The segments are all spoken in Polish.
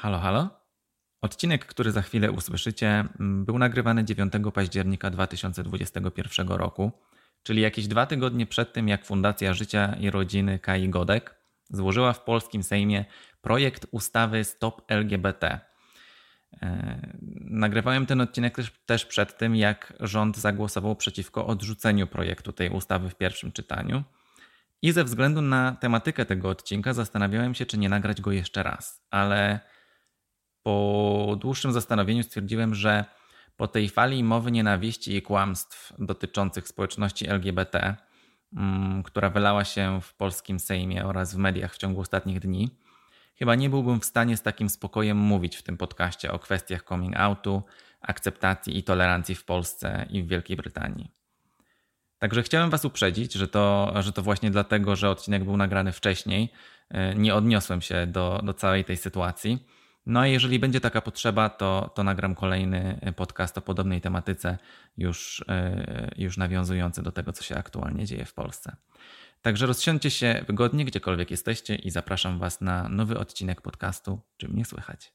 Halo, halo? Odcinek, który za chwilę usłyszycie, był nagrywany 9 października 2021 roku, czyli jakieś 2 tygodnie przed tym, jak Fundacja Życia i Rodziny Kai Godek złożyła w polskim Sejmie projekt ustawy Stop LGBT. Nagrywałem ten odcinek też przed tym, jak rząd zagłosował przeciwko odrzuceniu projektu tej ustawy w pierwszym czytaniu. I ze względu na tematykę tego odcinka zastanawiałem się, czy nie nagrać go jeszcze raz, ale po dłuższym zastanowieniu stwierdziłem, że po tej fali mowy nienawiści i kłamstw dotyczących społeczności LGBT, która wylała się w polskim Sejmie oraz w mediach w ciągu ostatnich dni, chyba nie byłbym w stanie z takim spokojem mówić w tym podcaście o kwestiach coming outu, akceptacji i tolerancji w Polsce i w Wielkiej Brytanii. Także chciałem Was uprzedzić, że to właśnie dlatego, że odcinek był nagrany wcześniej, nie odniosłem się do całej tej sytuacji. No a jeżeli będzie taka potrzeba, to nagram kolejny podcast o podobnej tematyce, już nawiązujący do tego, co się aktualnie dzieje w Polsce. Także rozsiądźcie się wygodnie, gdziekolwiek jesteście i zapraszam Was na nowy odcinek podcastu Czy mnie słychać?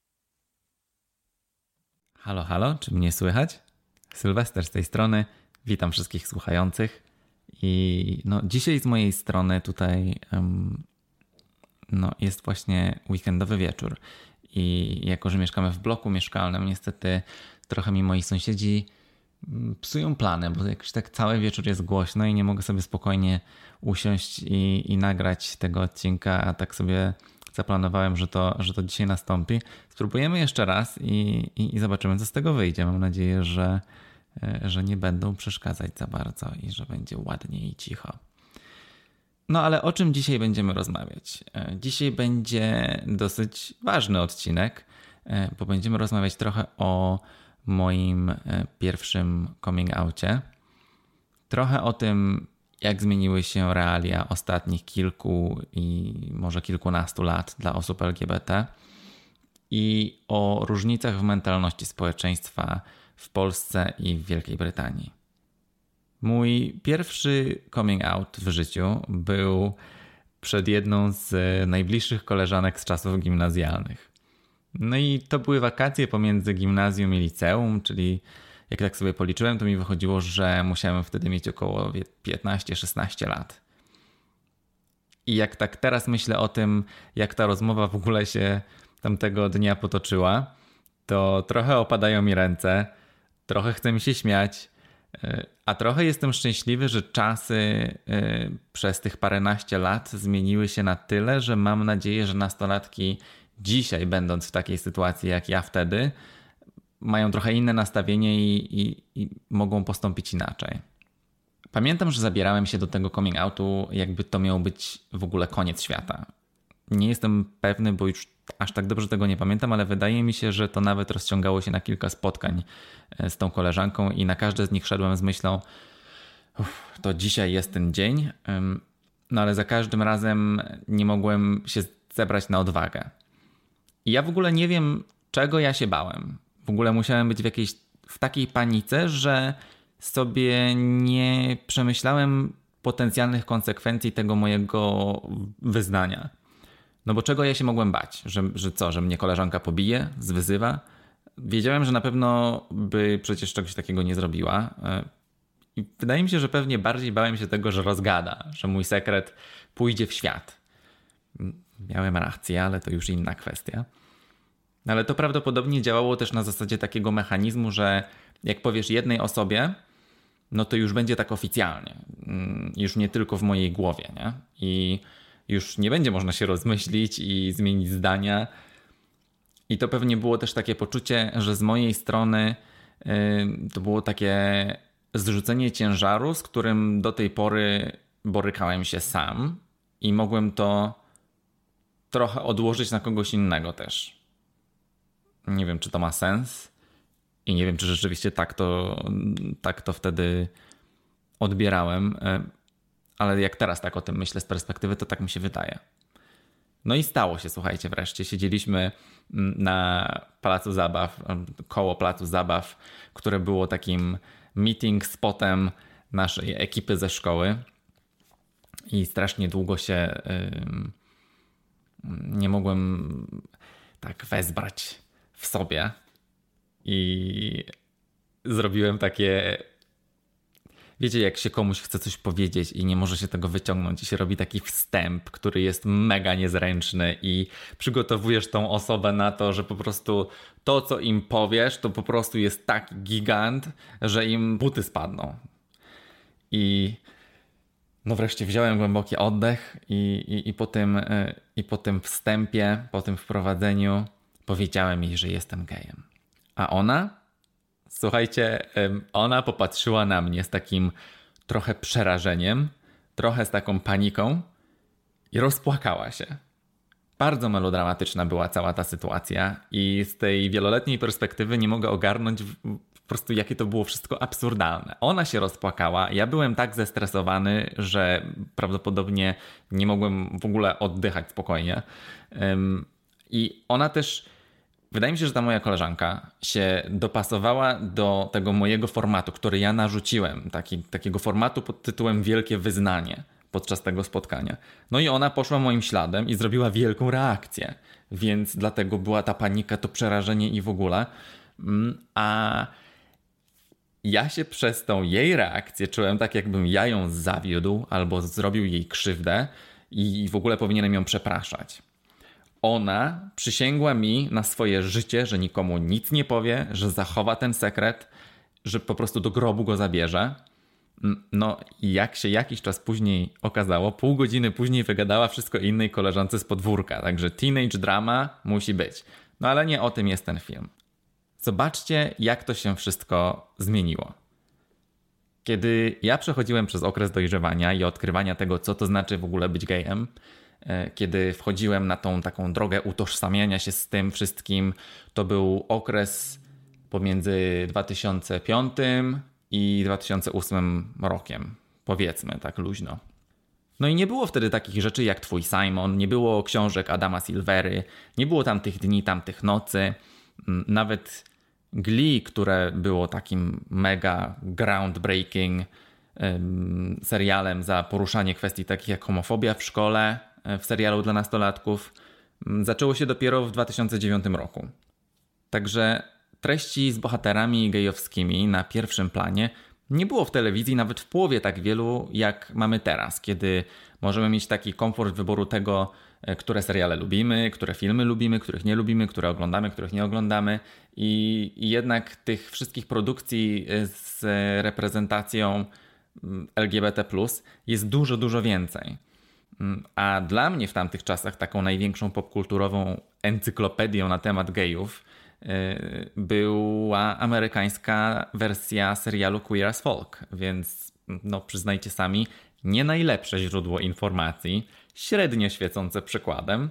Halo, halo, czy mnie słychać? Sylwester z tej strony. Witam wszystkich słuchających. I dzisiaj z mojej strony tutaj jest właśnie weekendowy wieczór. I jako, że mieszkamy w bloku mieszkalnym, niestety trochę mi moi sąsiedzi psują plany, bo jakoś tak cały wieczór jest głośno i nie mogę sobie spokojnie usiąść i nagrać tego odcinka, a tak sobie zaplanowałem, że to dzisiaj nastąpi. Spróbujemy jeszcze raz i zobaczymy, co z tego wyjdzie. Mam nadzieję, że nie będą przeszkadzać za bardzo i że będzie ładnie i cicho. No ale o czym dzisiaj będziemy rozmawiać? Dzisiaj będzie dosyć ważny odcinek, bo będziemy rozmawiać trochę o moim pierwszym coming outie. Trochę o tym, jak zmieniły się realia ostatnich kilku i może kilkunastu lat dla osób LGBT i o różnicach w mentalności społeczeństwa w Polsce i w Wielkiej Brytanii. Mój pierwszy coming out w życiu był przed jedną z najbliższych koleżanek z czasów gimnazjalnych. No i to były wakacje pomiędzy gimnazjum i liceum, czyli jak tak sobie policzyłem, to mi wychodziło, że musiałem wtedy mieć około 15-16 lat. I jak tak teraz myślę o tym, jak ta rozmowa w ogóle się tamtego dnia potoczyła, to trochę opadają mi ręce, trochę chce mi się śmiać, a trochę jestem szczęśliwy, że czasy przez tych paręnaście lat zmieniły się na tyle, że mam nadzieję, że nastolatki dzisiaj, będąc w takiej sytuacji jak ja wtedy, mają trochę inne nastawienie i mogą postąpić inaczej. Pamiętam, że zabierałem się do tego coming outu, jakby to miał być w ogóle koniec świata. Nie jestem pewny, bo już aż tak dobrze tego nie pamiętam, ale wydaje mi się, że to nawet rozciągało się na kilka spotkań z tą koleżanką i na każde z nich szedłem z myślą, to dzisiaj jest ten dzień, no ale za każdym razem nie mogłem się zebrać na odwagę. I ja w ogóle nie wiem, czego ja się bałem. W ogóle musiałem być w takiej panice, że sobie nie przemyślałem potencjalnych konsekwencji tego mojego wyznania. No bo czego ja się mogłem bać? Że mnie koleżanka pobije, zwyzywa? Wiedziałem, że na pewno by przecież czegoś takiego nie zrobiła. I wydaje mi się, że pewnie bardziej bałem się tego, że rozgada, że mój sekret pójdzie w świat. Miałem rację, ale to już inna kwestia. Ale to prawdopodobnie działało też na zasadzie takiego mechanizmu, że jak powiesz jednej osobie, no to już będzie tak oficjalnie. Już nie tylko w mojej głowie, nie? I już nie będzie można się rozmyślić i zmienić zdania. I to pewnie było też takie poczucie, że z mojej strony to było takie zrzucenie ciężaru, z którym do tej pory borykałem się sam i mogłem to trochę odłożyć na kogoś innego też. Nie wiem, czy to ma sens i nie wiem, czy rzeczywiście tak to wtedy odbierałem, ale jak teraz tak o tym myślę z perspektywy, to tak mi się wydaje. No i stało się, słuchajcie, wreszcie. Siedzieliśmy na placu zabaw, koło placu zabaw, które było takim meeting spotem naszej ekipy ze szkoły i strasznie długo się nie mogłem tak wezbrać w sobie i zrobiłem takie... Wiecie, jak się komuś chce coś powiedzieć i nie może się tego wyciągnąć i się robi taki wstęp, który jest mega niezręczny i przygotowujesz tą osobę na to, że po prostu to, co im powiesz, to po prostu jest taki gigant, że im buty spadną. I no wreszcie wziąłem głęboki oddech i po tym wstępie, po tym wprowadzeniu powiedziałem jej, że jestem gejem. A ona... Słuchajcie, ona popatrzyła na mnie z takim trochę przerażeniem, trochę z taką paniką i rozpłakała się. Bardzo melodramatyczna była cała ta sytuacja i z tej wieloletniej perspektywy nie mogę ogarnąć po prostu, jakie to było wszystko absurdalne. Ona się rozpłakała, ja byłem tak zestresowany, że prawdopodobnie nie mogłem w ogóle oddychać spokojnie. I ona też... Wydaje mi się, że ta moja koleżanka się dopasowała do tego mojego formatu, który ja narzuciłem. Takiego formatu pod tytułem Wielkie Wyznanie podczas tego spotkania. No i ona poszła moim śladem i zrobiła wielką reakcję. Więc dlatego była ta panika, to przerażenie i w ogóle. A ja się przez tą jej reakcję czułem tak, jakbym ja ją zawiódł albo zrobił jej krzywdę i w ogóle powinienem ją przepraszać. Ona przysięgła mi na swoje życie, że nikomu nic nie powie, że zachowa ten sekret, że po prostu do grobu go zabierze. No i jak się jakiś czas później okazało, pół godziny później wygadała wszystko innej koleżance z podwórka. Także teenage drama musi być. No ale nie o tym jest ten film. Zobaczcie, jak to się wszystko zmieniło. Kiedy ja przechodziłem przez okres dojrzewania i odkrywania tego, co to znaczy w ogóle być gejem, kiedy wchodziłem na tą taką drogę utożsamiania się z tym wszystkim, to był okres pomiędzy 2005 i 2008 rokiem, powiedzmy tak luźno. No i nie było wtedy takich rzeczy jak Twój Simon, nie było książek Adama Silvery, nie było tamtych dni, tamtych nocy, nawet Glee, które było takim mega groundbreaking serialem za poruszanie kwestii takich jak homofobia w szkole, w serialu dla nastolatków, zaczęło się dopiero w 2009 roku. Także treści z bohaterami gejowskimi na pierwszym planie nie było w telewizji nawet w połowie tak wielu, jak mamy teraz, kiedy możemy mieć taki komfort wyboru tego, które seriale lubimy, które filmy lubimy, których nie lubimy, które oglądamy, których nie oglądamy. I jednak tych wszystkich produkcji z reprezentacją LGBT+, jest dużo, dużo więcej. A dla mnie w tamtych czasach taką największą popkulturową encyklopedią na temat gejów była amerykańska wersja serialu Queer as Folk, więc no przyznajcie sami, nie najlepsze źródło informacji, średnio świecące przykładem.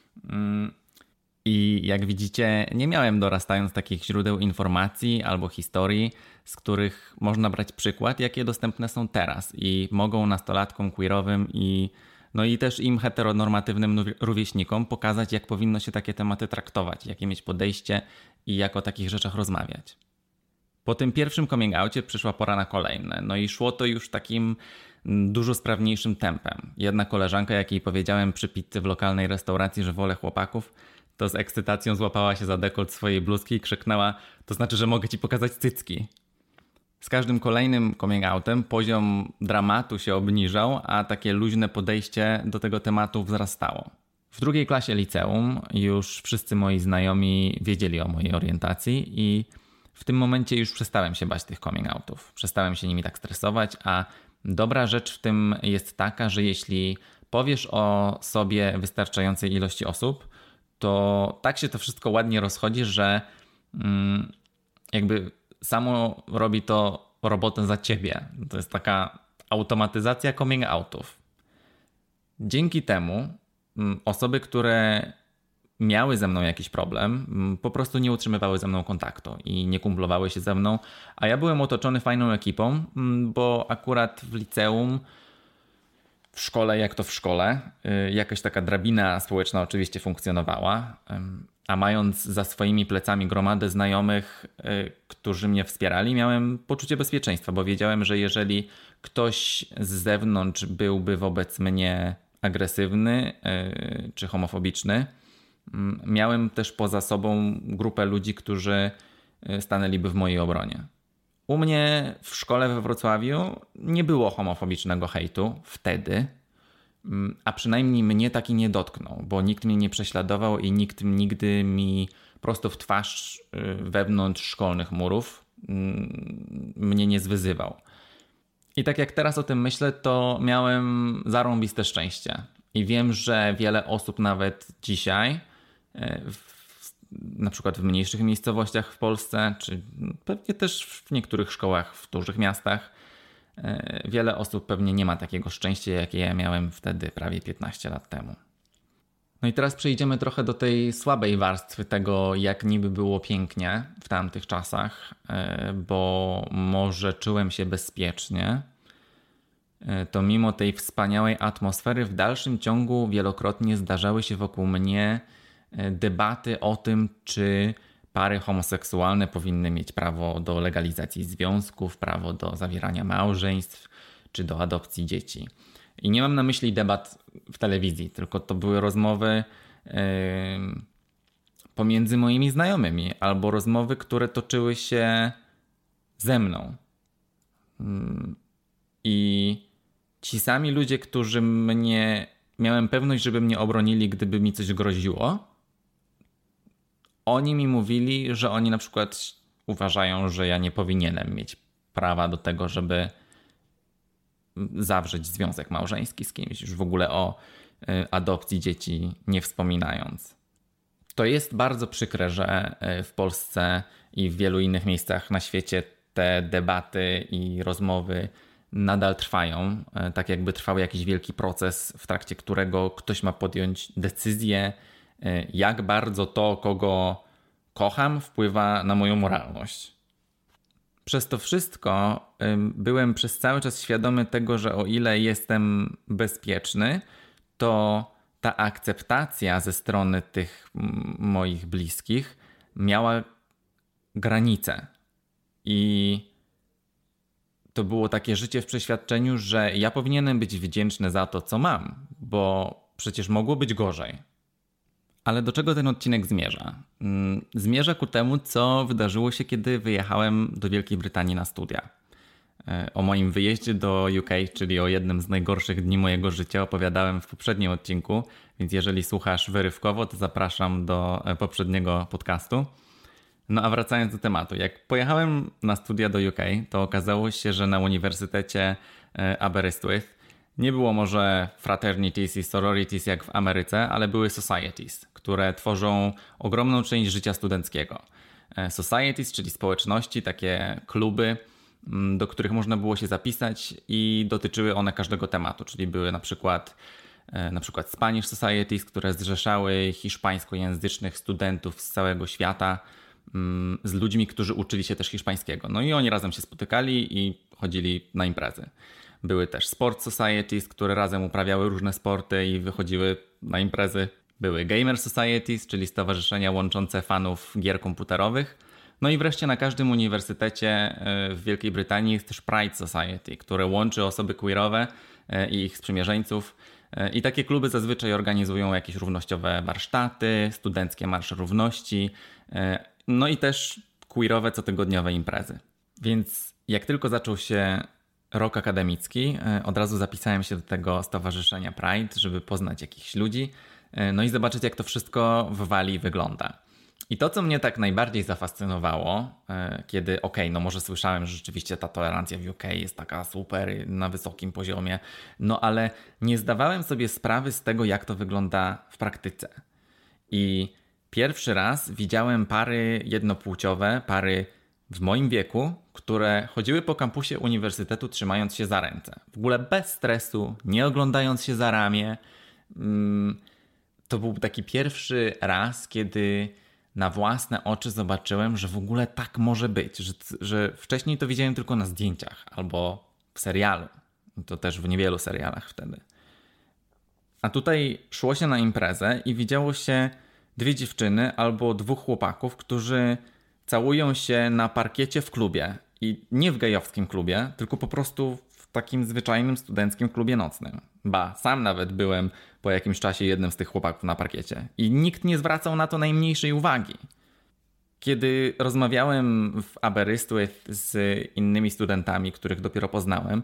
I jak widzicie, nie miałem dorastając takich źródeł informacji albo historii, z których można brać przykład, jakie dostępne są teraz i mogą nastolatkom queerowym i też im heteronormatywnym rówieśnikom pokazać, jak powinno się takie tematy traktować, jakie mieć podejście i jak o takich rzeczach rozmawiać. Po tym pierwszym coming outie przyszła pora na kolejne. No i szło to już takim dużo sprawniejszym tempem. Jedna koleżanka, jak jej powiedziałem przy pizzy w lokalnej restauracji, że wolę chłopaków, to z ekscytacją złapała się za dekolt swojej bluzki i krzyknęła: to znaczy, że mogę ci pokazać cycki. Z każdym kolejnym coming outem poziom dramatu się obniżał, a takie luźne podejście do tego tematu wzrastało. W drugiej klasie liceum już wszyscy moi znajomi wiedzieli o mojej orientacji i w tym momencie już przestałem się bać tych coming outów. Przestałem się nimi tak stresować, a dobra rzecz w tym jest taka, że jeśli powiesz o sobie wystarczającej ilości osób, to tak się to wszystko ładnie rozchodzi, że jakby samo robi to robotę za ciebie. To jest taka automatyzacja coming outów. Dzięki temu osoby, które miały ze mną jakiś problem, po prostu nie utrzymywały ze mną kontaktu i nie kumplowały się ze mną, a ja byłem otoczony fajną ekipą, bo akurat w liceum, w szkole jak to w szkole, jakaś taka drabina społeczna oczywiście funkcjonowała, a mając za swoimi plecami gromadę znajomych, którzy mnie wspierali, miałem poczucie bezpieczeństwa, bo wiedziałem, że jeżeli ktoś z zewnątrz byłby wobec mnie agresywny czy homofobiczny, miałem też poza sobą grupę ludzi, którzy stanęliby w mojej obronie. U mnie w szkole we Wrocławiu nie było homofobicznego hejtu wtedy, a przynajmniej mnie taki nie dotknął, bo nikt mnie nie prześladował i nikt nigdy mi prosto w twarz wewnątrz szkolnych murów mnie nie zwyzywał. I tak jak teraz o tym myślę, to miałem zarąbiste szczęście. I wiem, że wiele osób nawet dzisiaj, na przykład w mniejszych miejscowościach w Polsce, czy pewnie też w niektórych szkołach w dużych miastach, wiele osób pewnie nie ma takiego szczęścia, jakie ja miałem wtedy prawie 15 lat temu. No i teraz przejdziemy trochę do tej słabej warstwy tego, jak niby było pięknie w tamtych czasach, bo może czułem się bezpiecznie, to mimo tej wspaniałej atmosfery w dalszym ciągu wielokrotnie zdarzały się wokół mnie debaty o tym, czy pary homoseksualne powinny mieć prawo do legalizacji związków, prawo do zawierania małżeństw czy do adopcji dzieci. I nie mam na myśli debat w telewizji, tylko to były rozmowy pomiędzy moimi znajomymi albo rozmowy, które toczyły się ze mną. I ci sami ludzie, którzy miałem pewność, żeby mnie obronili, gdyby mi coś groziło, oni mi mówili, że oni na przykład uważają, że ja nie powinienem mieć prawa do tego, żeby zawrzeć związek małżeński z kimś, już w ogóle o adopcji dzieci nie wspominając. To jest bardzo przykre, że w Polsce i w wielu innych miejscach na świecie te debaty i rozmowy nadal trwają, tak jakby trwał jakiś wielki proces, w trakcie którego ktoś ma podjąć decyzję, jak bardzo to, kogo kocham, wpływa na moją moralność. Przez to wszystko byłem przez cały czas świadomy tego, że o ile jestem bezpieczny, to ta akceptacja ze strony tych moich bliskich miała granice. I to było takie życie w przeświadczeniu, że ja powinienem być wdzięczny za to, co mam, bo przecież mogło być gorzej. Ale do czego ten odcinek zmierza? Zmierza ku temu, co wydarzyło się, kiedy wyjechałem do Wielkiej Brytanii na studia. O moim wyjeździe do UK, czyli o jednym z najgorszych dni mojego życia, opowiadałem w poprzednim odcinku, więc jeżeli słuchasz wyrywkowo, to zapraszam do poprzedniego podcastu. No a wracając do tematu, jak pojechałem na studia do UK, to okazało się, że na Uniwersytecie Aberystwyth nie było może fraternities i sororities jak w Ameryce, ale były societies, które tworzą ogromną część życia studenckiego. Societies, czyli społeczności, takie kluby, do których można było się zapisać i dotyczyły one każdego tematu, czyli były na przykład Spanish Societies, które zrzeszały hiszpańskojęzycznych studentów z całego świata z ludźmi, którzy uczyli się też hiszpańskiego. No i oni razem się spotykali i chodzili na imprezy. Były też Sport Societies, które razem uprawiały różne sporty i wychodziły na imprezy. Były Gamer Societies, czyli stowarzyszenia łączące fanów gier komputerowych. No i wreszcie na każdym uniwersytecie w Wielkiej Brytanii jest też Pride Society, które łączy osoby queerowe i ich sprzymierzeńców. I takie kluby zazwyczaj organizują jakieś równościowe warsztaty, studenckie marsze równości, no i też queerowe cotygodniowe imprezy. Więc jak tylko zaczął się rok akademicki, od razu zapisałem się do tego stowarzyszenia Pride, żeby poznać jakichś ludzi, no i zobaczyć, jak to wszystko w Walii wygląda. I to, co mnie tak najbardziej zafascynowało, kiedy no może słyszałem, że rzeczywiście ta tolerancja w UK jest taka super, na wysokim poziomie, no ale nie zdawałem sobie sprawy z tego, jak to wygląda w praktyce. I pierwszy raz widziałem pary jednopłciowe, pary w moim wieku, które chodziły po kampusie uniwersytetu trzymając się za ręce. W ogóle bez stresu, nie oglądając się za ramię. To był taki pierwszy raz, kiedy na własne oczy zobaczyłem, że w ogóle tak może być, że wcześniej to widziałem tylko na zdjęciach albo w serialu. To też w niewielu serialach wtedy. A tutaj szło się na imprezę i widziało się 2 dziewczyny albo 2 chłopaków, którzy całują się na parkiecie w klubie. I nie w gejowskim klubie, tylko po prostu w takim zwyczajnym studenckim klubie nocnym. Ba, sam nawet byłem po jakimś czasie jednym z tych chłopaków na parkiecie. I nikt nie zwracał na to najmniejszej uwagi. Kiedy rozmawiałem w Aberystwyth z innymi studentami, których dopiero poznałem,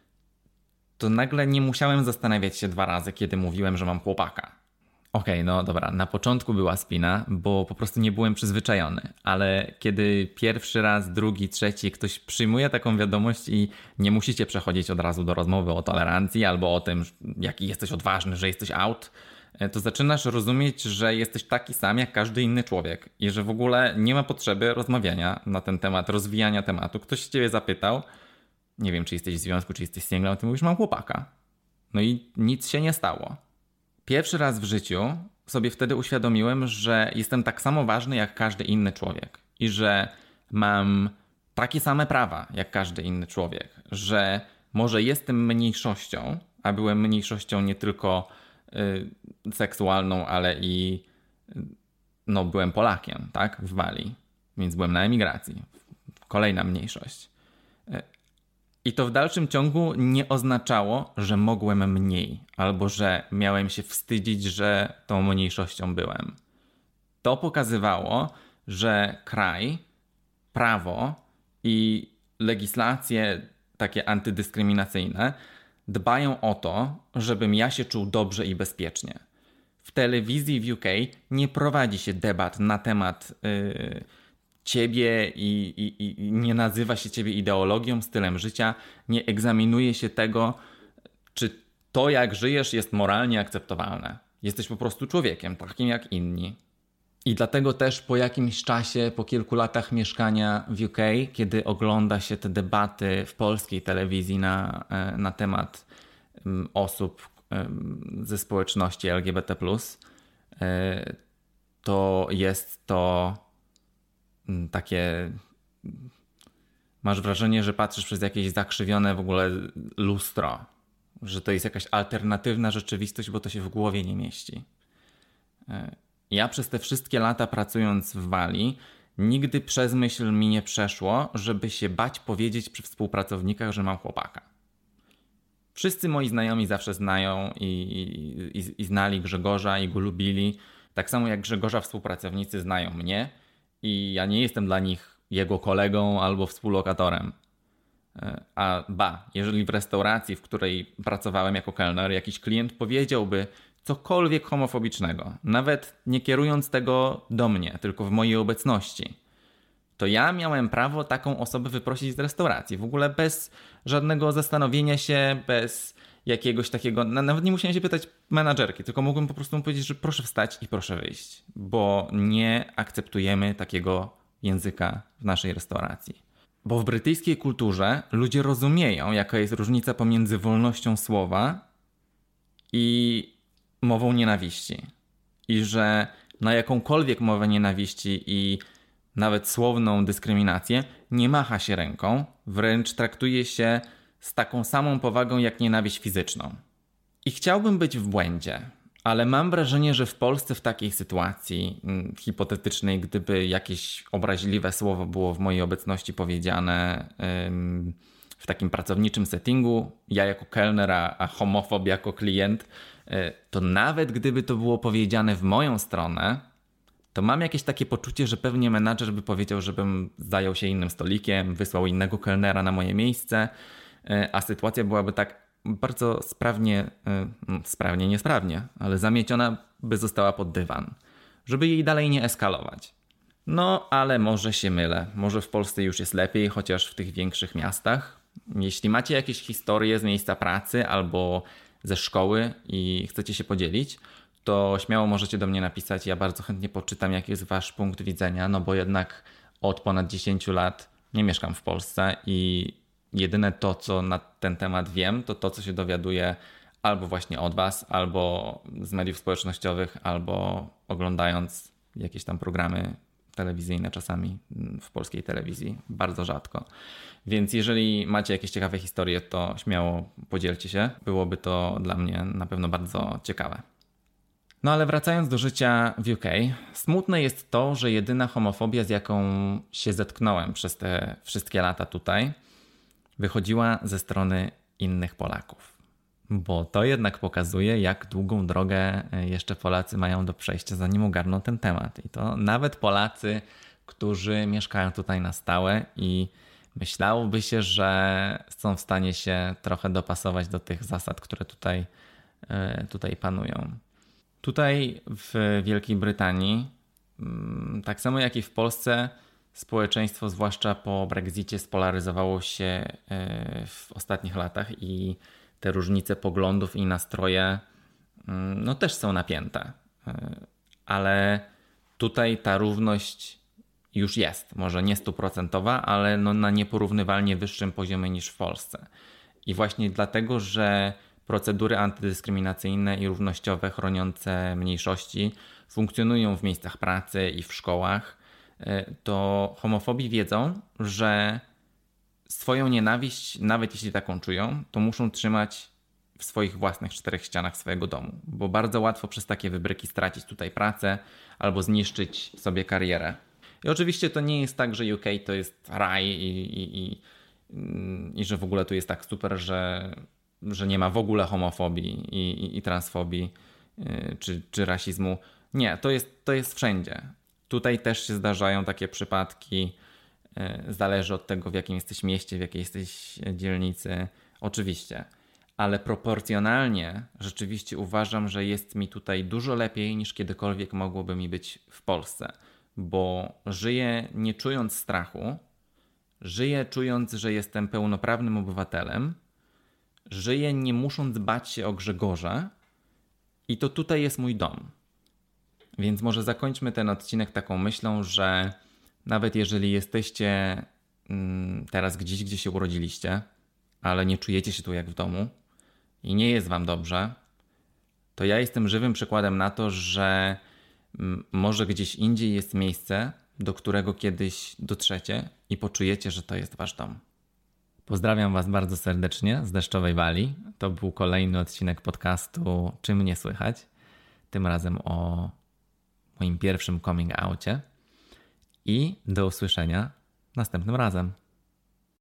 to nagle nie musiałem zastanawiać się 2 razy, kiedy mówiłem, że mam chłopaka. Okej, no dobra, na początku była spina, bo po prostu nie byłem przyzwyczajony, ale kiedy pierwszy raz, drugi, trzeci ktoś przyjmuje taką wiadomość i nie musicie przechodzić od razu do rozmowy o tolerancji albo o tym, jaki jesteś odważny, że jesteś out, to zaczynasz rozumieć, że jesteś taki sam jak każdy inny człowiek i że w ogóle nie ma potrzeby rozmawiania na ten temat, rozwijania tematu. Ktoś ciebie zapytał, nie wiem, czy jesteś w związku, czy jesteś singlem, a ty mówisz, mam chłopaka. No i nic się nie stało. Pierwszy raz w życiu sobie wtedy uświadomiłem, że jestem tak samo ważny jak każdy inny człowiek i że mam takie same prawa jak każdy inny człowiek, że może jestem mniejszością, a byłem mniejszością nie tylko seksualną, ale i no, byłem Polakiem, tak, w Walii, więc byłem na emigracji. Kolejna mniejszość. I to w dalszym ciągu nie oznaczało, że mogłem mniej, albo że miałem się wstydzić, że tą mniejszością byłem. To pokazywało, że kraj, prawo i legislacje takie antydyskryminacyjne dbają o to, żebym ja się czuł dobrze i bezpiecznie. W telewizji w UK nie prowadzi się debat na temat ciebie i nie nazywa się ciebie ideologią, stylem życia, nie egzaminuje się tego, czy to jak żyjesz jest moralnie akceptowalne. Jesteś po prostu człowiekiem, takim jak inni. I dlatego też po jakimś czasie, po kilku latach mieszkania w UK, kiedy ogląda się te debaty w polskiej telewizji na temat osób ze społeczności LGBT+, to jest to takie... Masz wrażenie, że patrzysz przez jakieś zakrzywione w ogóle lustro, że to jest jakaś alternatywna rzeczywistość, bo to się w głowie nie mieści. Ja przez te wszystkie lata pracując w Walii nigdy przez myśl mi nie przeszło, żeby się bać powiedzieć przy współpracownikach, że mam chłopaka. Wszyscy moi znajomi zawsze znają i znali Grzegorza i go lubili. Tak samo jak Grzegorza współpracownicy znają mnie i ja nie jestem dla nich jego kolegą albo współlokatorem. Jeżeli w restauracji, w której pracowałem jako kelner, jakiś klient powiedziałby cokolwiek homofobicznego, nawet nie kierując tego do mnie, tylko w mojej obecności, to ja miałem prawo taką osobę wyprosić z restauracji. W ogóle bez żadnego zastanowienia się, bez jakiegoś takiego... Nawet nie musiałem się pytać menadżerki, tylko mogłem po prostu mu powiedzieć, że proszę wstać i proszę wyjść, bo nie akceptujemy takiego języka w naszej restauracji. Bo w brytyjskiej kulturze ludzie rozumieją, jaka jest różnica pomiędzy wolnością słowa i mową nienawiści. I że na jakąkolwiek mowę nienawiści i nawet słowną dyskryminację nie macha się ręką, wręcz traktuje się z taką samą powagą jak nienawiść fizyczną. I chciałbym być w błędzie, ale mam wrażenie, że w Polsce w takiej sytuacji hipotetycznej, gdyby jakieś obraźliwe słowo było w mojej obecności powiedziane w takim pracowniczym settingu, ja jako kelner, a homofob jako klient, to nawet gdyby to było powiedziane w moją stronę, to mam jakieś takie poczucie, że pewnie menadżer by powiedział, żebym zajął się innym stolikiem, wysłał innego kelnera na moje miejsce, a sytuacja byłaby tak bardzo niesprawnie, ale zamieciona by została pod dywan, żeby jej dalej nie eskalować. No, ale może się mylę. Może w Polsce już jest lepiej, chociaż w tych większych miastach. Jeśli macie jakieś historie z miejsca pracy albo ze szkoły i chcecie się podzielić, to śmiało możecie do mnie napisać. Ja bardzo chętnie poczytam, jaki jest wasz punkt widzenia, no bo jednak od ponad 10 lat nie mieszkam w Polsce i jedyne to, co na ten temat wiem, to to, co się dowiaduję albo właśnie od was, albo z mediów społecznościowych, albo oglądając jakieś tam programy telewizyjne czasami w polskiej telewizji. Bardzo rzadko. Więc jeżeli macie jakieś ciekawe historie, to śmiało podzielcie się. Byłoby to dla mnie na pewno bardzo ciekawe. No ale wracając do życia w UK, smutne jest to, że jedyna homofobia, z jaką się zetknąłem przez te wszystkie lata tutaj, wychodziła ze strony innych Polaków. Bo to jednak pokazuje, jak długą drogę jeszcze Polacy mają do przejścia, zanim ogarną ten temat. I to nawet Polacy, którzy mieszkają tutaj na stałe i myślałoby się, że są w stanie się trochę dopasować do tych zasad, które tutaj panują. Tutaj w Wielkiej Brytanii, tak samo jak i w Polsce, społeczeństwo, zwłaszcza po Brexicie, spolaryzowało się w ostatnich latach i te różnice poglądów i nastroje no też są napięte. Ale tutaj ta równość już jest. Może nie 100%, ale no na nieporównywalnie wyższym poziomie niż w Polsce. I właśnie dlatego, że procedury antydyskryminacyjne i równościowe chroniące mniejszości funkcjonują w miejscach pracy i w szkołach, to homofobi wiedzą, że swoją nienawiść, nawet jeśli taką czują, to muszą trzymać w swoich własnych czterech ścianach swojego domu, bo bardzo łatwo przez takie wybryki stracić tutaj pracę albo zniszczyć sobie karierę. I oczywiście to nie jest tak, że UK to jest raj i że w ogóle tu jest tak super, że nie ma w ogóle homofobii i transfobii czy rasizmu. Nie, to jest wszędzie. Tutaj też się zdarzają takie przypadki. Zależy od tego, w jakim jesteś mieście, w jakiej jesteś dzielnicy. Oczywiście. Ale proporcjonalnie rzeczywiście uważam, że jest mi tutaj dużo lepiej niż kiedykolwiek mogłoby mi być w Polsce. Bo żyję nie czując strachu, żyję czując, że jestem pełnoprawnym obywatelem, żyję nie musząc bać się o Grzegorza i to tutaj jest mój dom. Więc może zakończmy ten odcinek taką myślą, że nawet jeżeli jesteście teraz gdzieś, gdzie się urodziliście, ale nie czujecie się tu jak w domu i nie jest wam dobrze, to ja jestem żywym przykładem na to, że może gdzieś indziej jest miejsce, do którego kiedyś dotrzecie i poczujecie, że to jest wasz dom. Pozdrawiam was bardzo serdecznie z deszczowej Walii. To był kolejny odcinek podcastu Czy mnie słychać? Tym razem o moim pierwszym coming outie. I do usłyszenia następnym razem.